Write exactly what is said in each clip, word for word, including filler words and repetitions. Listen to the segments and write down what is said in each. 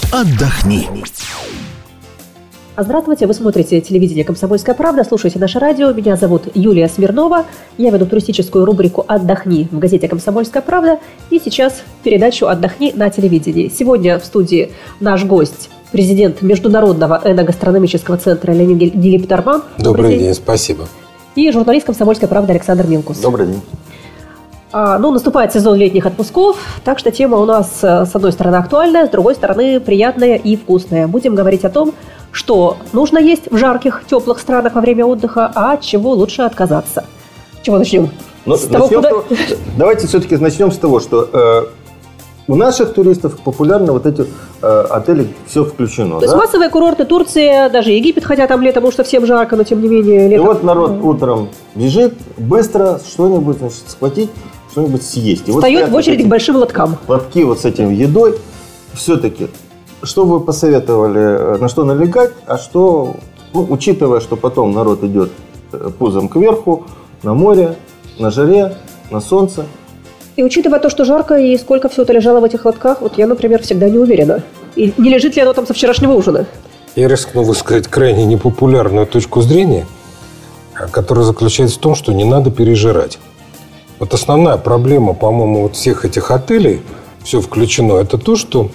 отдохни. Здравствуйте, вы смотрите телевидение «Комсомольская правда», слушаете наше радио. Меня зовут Юлия Смирнова. Я веду туристическую рубрику «Отдохни» в газете «Комсомольская правда». И сейчас передачу «Отдохни» на телевидении. Сегодня в студии наш гость, президент Международного эногастрономического центра Леонид Гилиптарман. Добрый, Добрый день. день, спасибо. И журналист «Комсомольской правды» Александр Милкус. Добрый день. А, ну, наступает сезон летних отпусков, так что тема у нас, с одной стороны, актуальная, с другой стороны, приятная и вкусная. Будем говорить о том, что нужно есть в жарких, теплых странах во время отдыха, а от чего лучше отказаться. С чего начнем? Ну, с того, куда... того, давайте все-таки начнем с того, что э, у наших туристов популярны вот эти э, отели «Все включено». То да? есть массовые курорты, Турция, даже Египет, хотя там летом, потому что всем жарко, но тем не менее летом. И вот народ mm. утром бежит, быстро что-нибудь, значит, схватить, что-нибудь съесть. И встает вот в очередь к большим лоткам. Лотки вот с этим едой. Все-таки, что вы посоветовали, на что налегать, а что, ну, учитывая, что потом народ идет пузом кверху, на море, на жаре, на солнце. И учитывая то, что жарко и сколько всего-то лежало в этих лотках, вот я, например, всегда не уверена. И не лежит ли оно там со вчерашнего ужина? Я рискну высказать крайне непопулярную точку зрения, которая заключается в том, что не надо пережирать. Вот основная проблема, по-моему, вот всех этих отелей, все включено, это то, что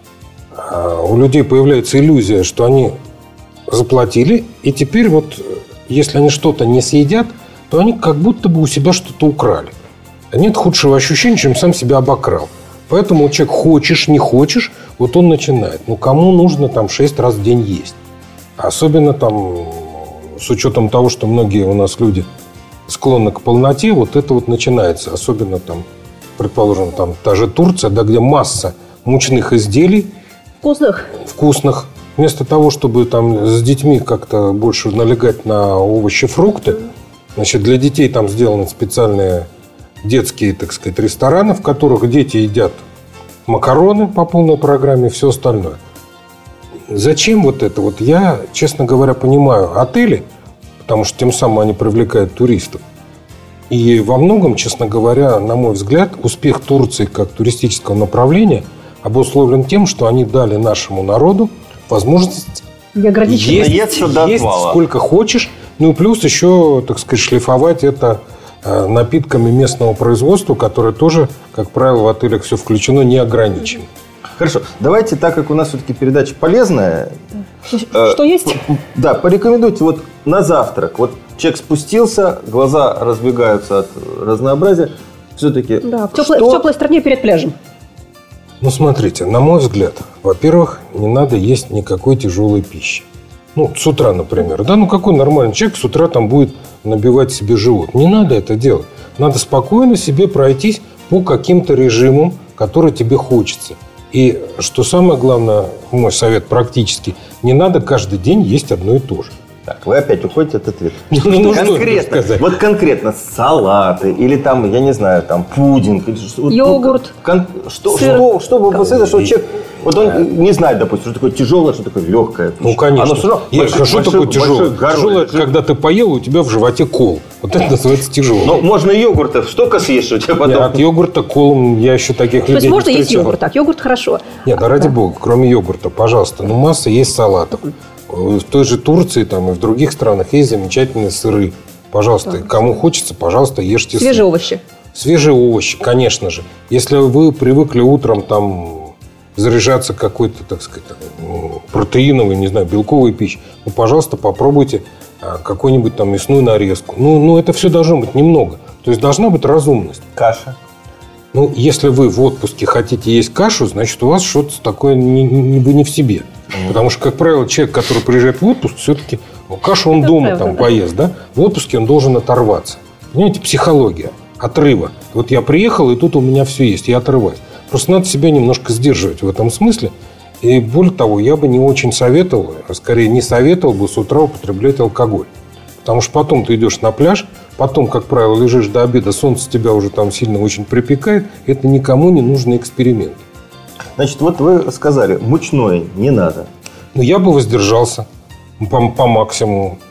у людей появляется иллюзия, что они заплатили, и теперь вот, если они что-то не съедят, то они как будто бы у себя что-то украли. А нет худшего ощущения, чем сам себя обокрал. Поэтому человек хочешь, не хочешь, вот он начинает. Ну, кому нужно там шесть раз в день есть? Особенно там, с учетом того, что многие у нас люди склонны к полноте, вот это вот начинается. Особенно там, предположим, там та же Турция, да, где масса мучных изделий. Вкусных. Вкусных. Вместо того, чтобы там с детьми как-то больше налегать на овощи, фрукты, значит, для детей там сделаны специальные детские, так сказать, рестораны, в которых дети едят макароны по полной программе и все остальное. Зачем вот это? Вот я, честно говоря, понимаю отели, потому что тем самым они привлекают туристов. И во многом, честно говоря, на мой взгляд, успех Турции как туристического направления обусловлен тем, что они дали нашему народу возможность есть, есть сколько хочешь. Ну и плюс еще, так сказать, шлифовать это напитками местного производства, которые тоже, как правило, в отелях «Все включено», не ограничены. Хорошо. Давайте, так как у нас все-таки передача полезная. Что э, есть? Да, порекомендуйте вот на завтрак. Вот человек спустился, глаза разбегаются от разнообразия. Все-таки да, в теплой, что... в теплой стране перед пляжем. Ну, смотрите, на мой взгляд, во-первых, не надо есть никакой тяжелой пищи. Ну, с утра, например. Да, ну какой нормальный человек с утра там будет набивать себе живот? Не надо это делать. Надо спокойно себе пройтись по каким-то режимам, которые тебе хочется. И, что самое главное, мой совет практически, не надо каждый день есть одно и то же. Так, вы опять уходите от ответа. Ну, конкретно, вот конкретно салаты или там, я не знаю, там пудинг, йогурт, кон, что, что, что вы посоветуете, что человек, вот он не знает, допустим, что такое тяжелое, что такое легкое. Ну, конечно. Оно большой, что большой, такое тяжелое? Тяжелое, когда ты поел, у тебя в животе кол. Вот это называется тяжелое. Но можно йогурта столько съесть, что у тебя потом... Нет, от йогурта колом я еще таких людей не встречал. То есть можно есть йогурт, так, йогурт хорошо. Нет, да ради бога, кроме йогурта, пожалуйста, ну масса есть салатов. В той же Турции там, и в других странах есть замечательные сыры. Пожалуйста, да. Кому хочется, пожалуйста, ешьте свежие сыр. овощи. Свежие овощи, конечно же. Если вы привыкли утром там заряжаться какой-то, так сказать, протеиновой, не знаю, белковой пищей, ну, пожалуйста, попробуйте какую-нибудь там мясную нарезку. Ну, ну, это все должно быть немного. То есть должна быть разумность. Каша. Ну, если вы в отпуске хотите есть кашу, значит, у вас что-то такое не, не, вы не в себе. Потому что, как правило, человек, который приезжает в отпуск, все-таки ну, кашу он это дома правда, там да. поест, да? В отпуске он должен оторваться. Понимаете, психология отрыва. Вот я приехал, и тут у меня все есть, я отрываюсь. Просто надо себя немножко сдерживать в этом смысле. И более того, я бы не очень советовал, а скорее не советовал бы с утра употреблять алкоголь. Потому что потом ты идешь на пляж, потом, как правило, лежишь до обеда, солнце тебя уже там сильно очень припекает. Это никому не нужный эксперимент. Значит, вот вы сказали, мучное не надо. Ну, я бы воздержался по, по максимуму.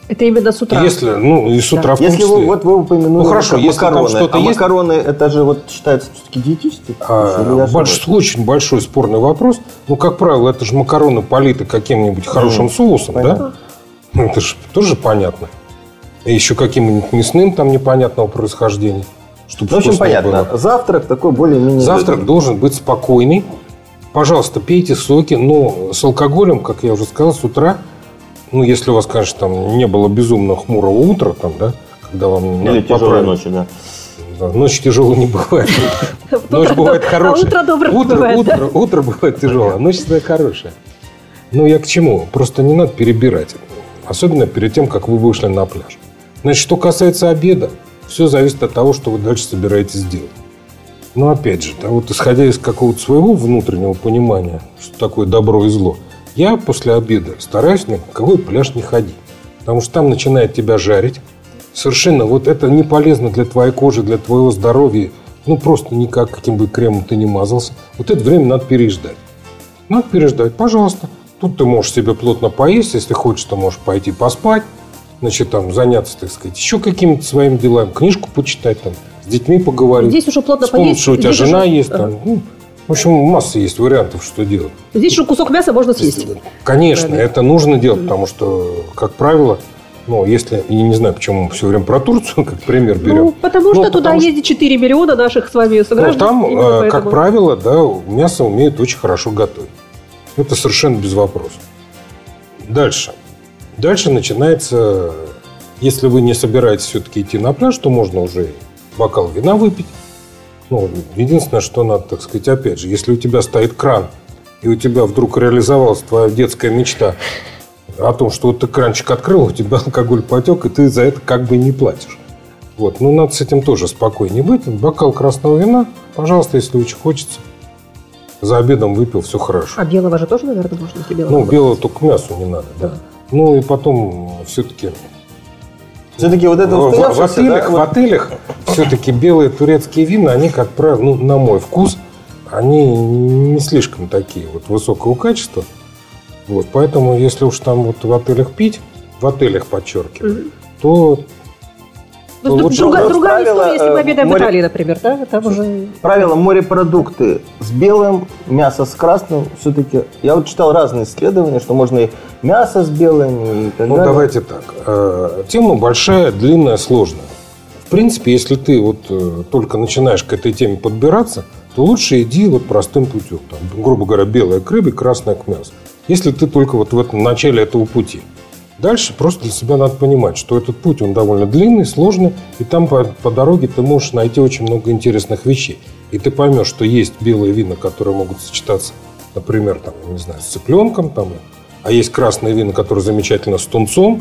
Это именно с утра. Если, ну, и с утра да. в том Если числе. вы, вот вы упомянули ну, хорошо, макароны, если там что-то а есть... макароны, это же вот считается все-таки диетически? А, больш, очень большой спорный вопрос. Ну, как правило, это же макароны политы каким-нибудь хорошим mm. соусом, понятно. Да? Это же тоже понятно. И еще каким-нибудь мясным там непонятного происхождения. Чтобы в общем, понятно. Было. Завтрак такой более-менее... Завтрак должен быть спокойный. Пожалуйста, пейте соки, но с алкоголем, как я уже сказал, с утра... Ну, если у вас, конечно, там не было безумно хмурого утра, там, да, когда вам... Или тяжелой ночи, да. да. Ночь тяжелой не бывает. Ночь бывает хорошая. А утро доброе бывает. Утро бывает тяжелое, а ночь всегда хорошая. Ну, я к чему? Просто не надо перебирать. Особенно перед тем, как вы вышли на пляж. Значит, что касается обеда, все зависит от того, что вы дальше собираетесь делать. Но, опять же, да, вот исходя из какого-то своего внутреннего понимания, что такое добро и зло, я после обеда стараюсь ни на какой пляж не ходить. Потому что там начинает тебя жарить. Совершенно вот это не полезно для твоей кожи, для твоего здоровья. Ну, просто никак, каким бы кремом ты ни мазался. Вот это время надо переждать. Надо переждать, пожалуйста. Тут ты можешь себе плотно поесть. Если хочешь, то можешь пойти поспать. Значит, там заняться, так сказать, еще какими-то своими делами. Книжку почитать, там, с детьми поговорить. Здесь уже плотно вспомнить, поесть. что у тебя жена уже... есть. Там, ну, в общем, масса есть вариантов, что делать. Здесь же кусок мяса можно съесть. Конечно, правильно. Это нужно делать, потому что, как правило, ну, если, я не знаю, почему мы все время про Турцию, как пример берем. Ну, потому что ну, туда потому ездит четыре миллиона наших с вами сограждан. Ну, там, как правило, да, мясо умеют очень хорошо готовить. Это совершенно без вопросов. Дальше. Дальше начинается, если вы не собираетесь все-таки идти на пляж, то можно уже бокал вина выпить. Ну, единственное, что надо, так сказать, опять же, если у тебя стоит кран, и у тебя вдруг реализовалась твоя детская мечта о том, что вот ты кранчик открыл, у тебя алкоголь потек, и ты за это как бы не платишь. Вот. Ну, надо с этим тоже спокойнее быть. Бокал красного вина, пожалуйста, если очень хочется. За обедом выпил, все хорошо. А белого же тоже, наверное, можно? Белого ну, белого только к мясу не надо, да. да. Ну, и потом все-таки... Все-таки вот это в, в, отелях, да? в отелях все-таки белые турецкие вина, они, как правило, ну, на мой вкус, они не слишком такие вот высокого качества. Вот, поэтому, если уж там вот в отелях пить, в отелях подчеркиваю, mm-hmm. то... то лучше... Другая, другая правило, история, если мы обедаем море... в Италии, например, да? Там уже... Правило морепродукты с белым, мясо с красным. Все-таки я вот читал разные исследования, что можно и мясо с белым, и так ну, далее. Ну, давайте так. Тема большая, длинная, сложная. В принципе, если ты вот только начинаешь к этой теме подбираться, то лучше иди вот простым путем. Там, грубо говоря, белое к рыбе, красное к мясу. Если ты только вот в этом начале этого пути. Дальше просто для себя надо понимать, что этот путь, он довольно длинный, сложный, и там по, по дороге ты можешь найти очень много интересных вещей. И ты поймешь, что есть белые вина, которые могут сочетаться, например, там, не знаю, с цыпленком, там, а есть красные вина, которые замечательно с тунцом.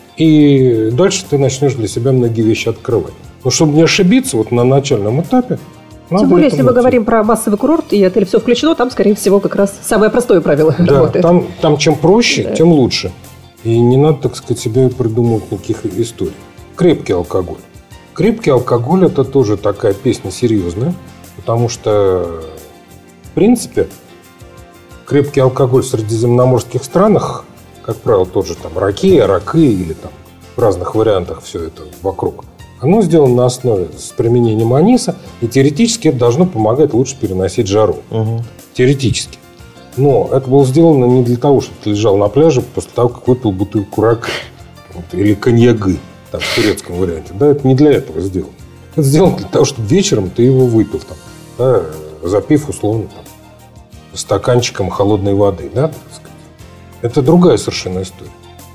И дальше ты начнешь для себя многие вещи открывать. Но чтобы не ошибиться вот на начальном этапе, тем более, если мы говорим про массовый курорт и отель «Все включено», там, скорее всего, как раз самое простое правило да, работает. Там, там чем проще, да. тем лучше. И не надо, так сказать, себе придумывать никаких историй. Крепкий алкоголь. Крепкий алкоголь – это тоже такая песня серьезная, потому что, в принципе, крепкий алкоголь в средиземноморских странах, как правило, тот же там ракия, ракы или там в разных вариантах все это вокруг, оно сделано на основе с применением аниса, и теоретически это должно помогать лучше переносить жару. Угу. Теоретически. Но это было сделано не для того, чтобы ты лежал на пляже после того, как выпил бутылку рака вот, или коньягы, там, в турецком варианте. Да, это не для этого сделано. Это сделано для того, чтобы вечером ты его выпил, там, да, запив условно там, стаканчиком холодной воды. Да, так сказать. Это другая совершенно история.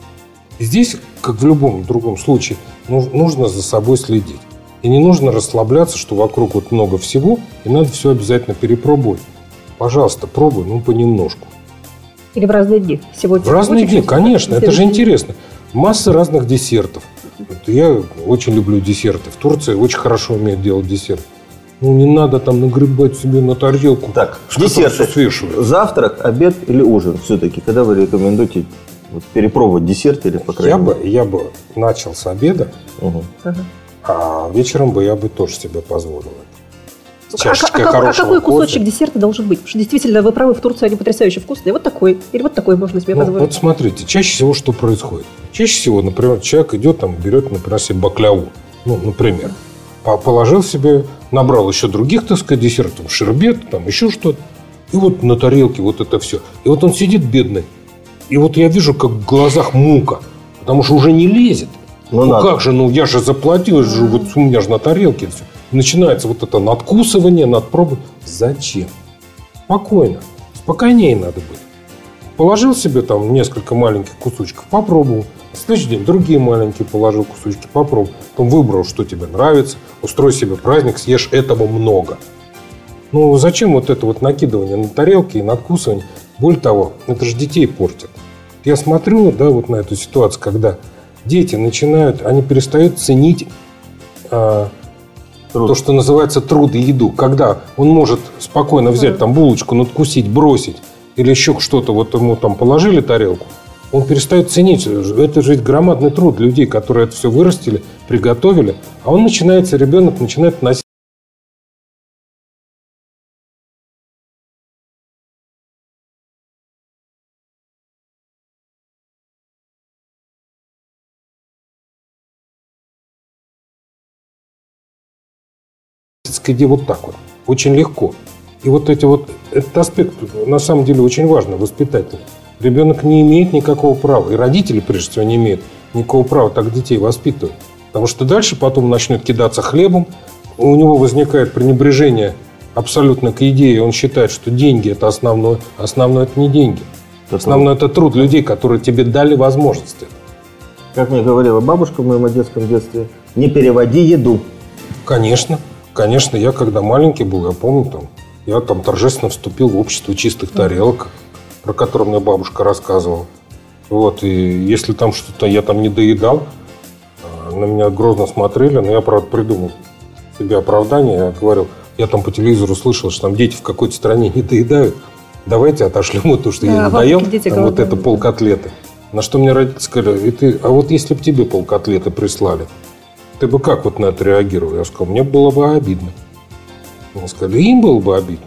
И здесь, как в любом другом случае, нужно за собой следить. И не нужно расслабляться, что вокруг вот много всего, и надо все обязательно перепробовать. Пожалуйста, пробуй, ну, понемножку. Или в разные дни. Сегодня в разные дни, конечно. Это же интересно. Масса разных десертов. Вот я очень люблю десерты. В Турции очень хорошо умеют делать десерт. Ну, не надо там нагребать себе на тарелку. Так, десерты. Завтрак, обед или ужин все-таки? Когда вы рекомендуете вот, перепробовать десерт или, по крайней мере? Я бы, я бы начал с обеда, угу. а вечером бы я бы тоже себе позволил это. чашечкой а, а, хорошего а какой кусочек кофе. десерта должен быть? Потому что действительно, вы правы, в Турции они потрясающе вкусные. Вот такой. Или вот такой можно себе Ну, позволить. вот смотрите, чаще всего что происходит? Чаще всего, например, человек идет, там, берет, например, себе бакляву. Ну, например. Положил себе, набрал еще других, так сказать, десертов, шербет, там, еще что-то. И вот на тарелке вот это все. И вот он сидит бедный. И вот я вижу, как в глазах мука. Потому что уже не лезет. Ну, ну как же, ну я же заплатил, же, вот у меня же на тарелке все. Начинается вот это надкусывание, надпробование. Зачем? Спокойно. Спокойнее надо быть. Положил себе там несколько маленьких кусочков, попробовал. В следующий день другие маленькие положил кусочки, попробовал. Потом выбрал, что тебе нравится. Устрой себе праздник, съешь этого много. Ну зачем вот это вот накидывание на тарелки и надкусывание? Более того, это же детей портит. Я смотрю, да, вот на эту ситуацию, когда дети начинают, они перестают ценить а, то, что называется труд и еду. Когда он может спокойно взять там булочку, надкусить, бросить, или еще что-то, вот ему там положили тарелку, он перестает ценить. Это же ведь громадный труд людей, которые это все вырастили, приготовили. А он начинается, ребенок начинает носить. Где вот так вот, очень легко. И вот эти вот, этот аспект на самом деле очень важно, воспитательный. Ребенок не имеет никакого права, и родители, прежде всего, не имеют никакого права так детей воспитывать. Потому что дальше потом начнет кидаться хлебом, у него возникает пренебрежение абсолютно к идее, он считает, что деньги – это основное. Основное – это не деньги. Основное – это труд людей, которые тебе дали возможности. Как мне говорила бабушка в моем детском детстве, не переводи еду. Конечно. Конечно, я когда маленький был, я помню, там, я там торжественно вступил в общество чистых тарелок, про которое мне бабушка рассказывала. Вот, и если там что-то я там не доедал, на меня грозно смотрели, но я, правда, придумал себе оправдание. Я говорил, я там по телевизору слышал, что там дети в какой-то стране не доедают. Давайте отошлем вот то, что да, я не доел, там, вот это полкотлеты. На что мне родители сказали, и ты, а вот если бы тебе полкотлеты прислали, ты бы как вот на это реагировал? Я сказал, мне было бы обидно. Они сказали, им было бы обидно.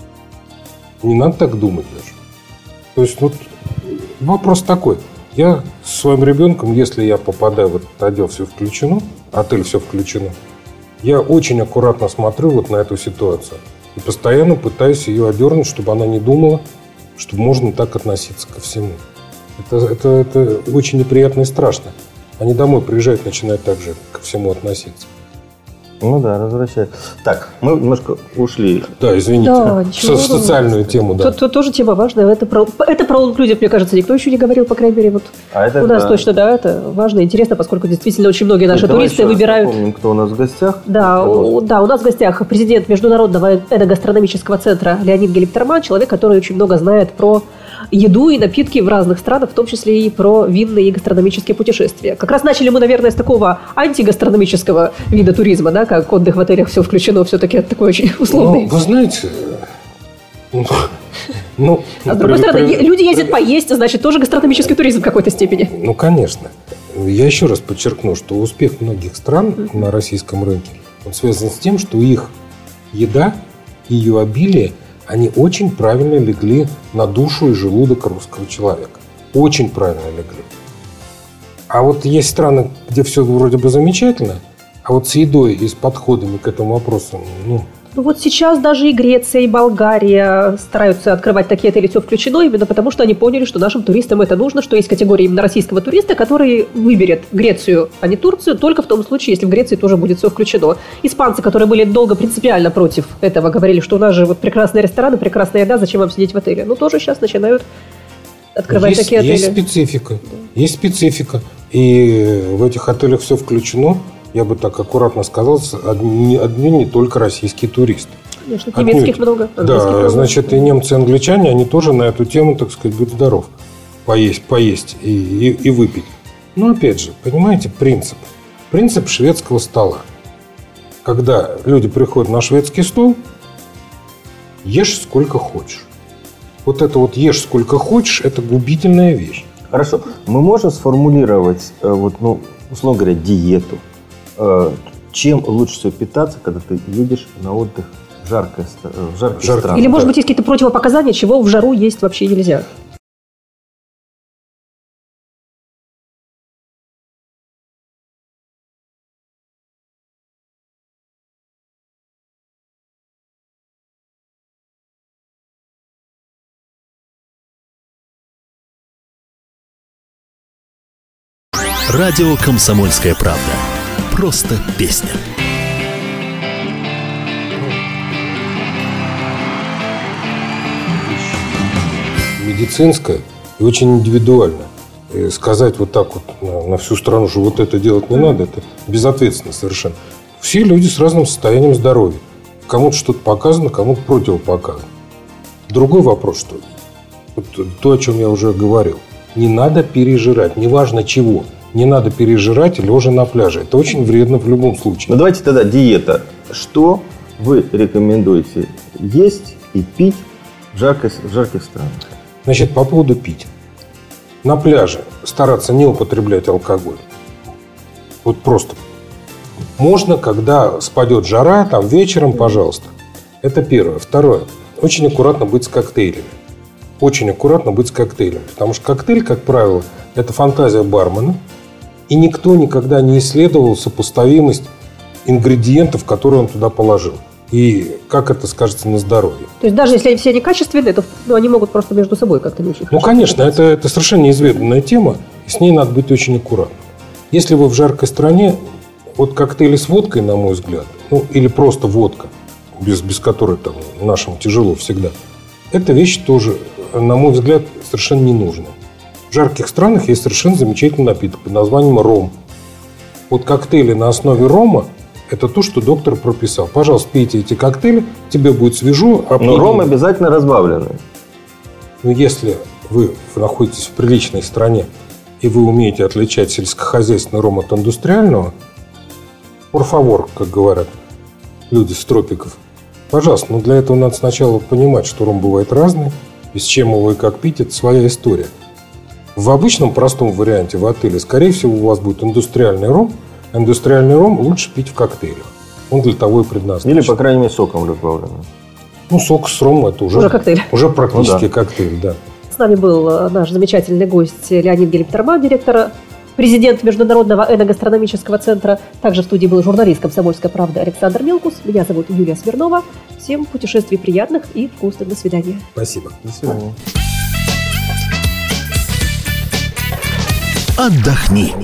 Не надо так думать даже. То есть вот вопрос такой. Я с своим ребенком, если я попадаю в этот отдел «Все включено», отель «Все включено», я очень аккуратно смотрю вот на эту ситуацию. И постоянно пытаюсь ее одернуть, чтобы она не думала, что можно так относиться ко всему. Это, это, это очень неприятно и страшно. Они домой приезжают, начинают так же ко всему относиться. Ну да, возвращают. Так, мы немножко ушли. Да, извините. Да, в социальную тему, да. Тут, тут тоже тема важная. Это про, это про all-inclusive, мне кажется, никто еще не говорил, по крайней мере, вот а это, у нас да. точно, да, это важно и интересно, поскольку действительно очень многие наши Давай туристы выбирают... Помним, кто у нас в гостях. Да, у, да, у нас в гостях президент Международного эногастрономического центра Леонид Гелиптерман, человек, который очень много знает про еду и напитки в разных странах, в том числе и про винные и гастрономические путешествия. Как раз начали мы, наверное, с такого антигастрономического вида туризма, да, как отдых в отелях, все включено, все-таки такой очень условный. Ну, вы знаете, ну, а с другой стороны, люди ездят поесть, значит, тоже гастрономический туризм в какой-то степени. Ну, конечно. Я еще раз подчеркну, что успех многих стран mm-hmm. на российском рынке, он связан с тем, что их еда, ее обилие, они очень правильно легли на душу и желудок русского человека. Очень правильно легли. А вот есть страны, где все вроде бы замечательно, а вот с едой и с подходами к этому вопросу, ну... Ну вот сейчас даже и Греция, и Болгария стараются открывать такие отели, все включено, именно потому что они поняли, что нашим туристам это нужно, что есть категория именно российского туриста, который выберет Грецию, а не Турцию, только в том случае, если в Греции тоже будет все включено. Испанцы, которые были долго принципиально против этого, говорили, что у нас же вот прекрасные рестораны, прекрасная еда, зачем вам сидеть в отеле? Ну тоже сейчас начинают открывать есть, такие отели. Есть специфика, да. есть специфика. И в этих отелях все включено. Я бы так аккуратно сказал, одни, одни не только российские туристы. Конечно, немецких много. Да, много. Значит, и немцы, и англичане, они тоже на эту тему, так сказать, будь здоров. Поесть, поесть и, и, и выпить. Но опять же, понимаете, принцип. Принцип шведского стола. Когда люди приходят на шведский стол, ешь сколько хочешь. Вот это вот ешь сколько хочешь, это губительная вещь. Хорошо. Мы можем сформулировать, вот, ну, условно говоря, диету. Чем лучше всего питаться, когда ты едешь на отдых в жаркой, в жарких Жарко. странах. Или, может быть, есть какие-то противопоказания, чего в жару есть вообще нельзя? Радио «Комсомольская правда». Просто песня. Медицинская и очень индивидуальная. И сказать вот так вот на, на всю страну, что вот это делать не надо, это безответственно совершенно. Все люди с разным состоянием здоровья. Кому-то что-то показано, кому-то противопоказано. Другой вопрос, что вот то, о чем я уже говорил. Не надо пережирать, неважно чего. Не надо пережирать лежа на пляже. Это очень вредно в любом случае. Ну, давайте тогда диета. Что вы рекомендуете есть и пить в, жаркой, в жарких странах? Значит, по поводу пить. На пляже стараться не употреблять алкоголь. Вот просто. Можно, когда спадет жара, там вечером, пожалуйста. Это первое. Второе. Очень аккуратно быть с коктейлями. Очень аккуратно быть с коктейлями. Потому что коктейль, как правило, это фантазия бармена. И никто никогда не исследовал сопоставимость ингредиентов, которые он туда положил. И как это скажется на здоровье. То есть даже если они все некачественные, то ну, они могут просто между собой как-то не очень. Ну, конечно, это, это совершенно неизведанная тема, и с ней надо быть очень аккуратным. Если вы в жаркой стране, вот коктейли с водкой, на мой взгляд, ну, или просто водка, без, без которой там нашим тяжело всегда, эта вещь тоже, на мой взгляд, совершенно не нужна. В жарких странах есть совершенно замечательный напиток под названием ром. Вот коктейли на основе рома – это то, что доктор прописал. Пожалуйста, пейте эти коктейли, тебе будет свежо. А Но ром обязательно разбавленный. Но если вы находитесь в приличной стране и вы умеете отличать сельскохозяйственный ром от индустриального, por favor, как говорят люди с тропиков, пожалуйста, но для этого надо сначала понимать, что ром бывает разный, и с чем его и как пить – это своя история. В обычном простом варианте в отеле, скорее всего, у вас будет индустриальный ром. Индустриальный ром лучше пить в коктейлях. Он для того и предназначен. Или, по крайней мере, соком разбавленный. Ну, сок с ромом – это уже, Уже коктейль. Уже практически Ну, да. коктейль, да. С нами был наш замечательный гость Леонид Гельмтерман, директор, президент Международного эногастрономического центра. Также в студии был журналист «Комсомольской правды» Александр Мелкус. Меня зовут Юлия Смирнова. Всем путешествий приятных и вкусных. До свидания. Спасибо. До свидания. Отдохни.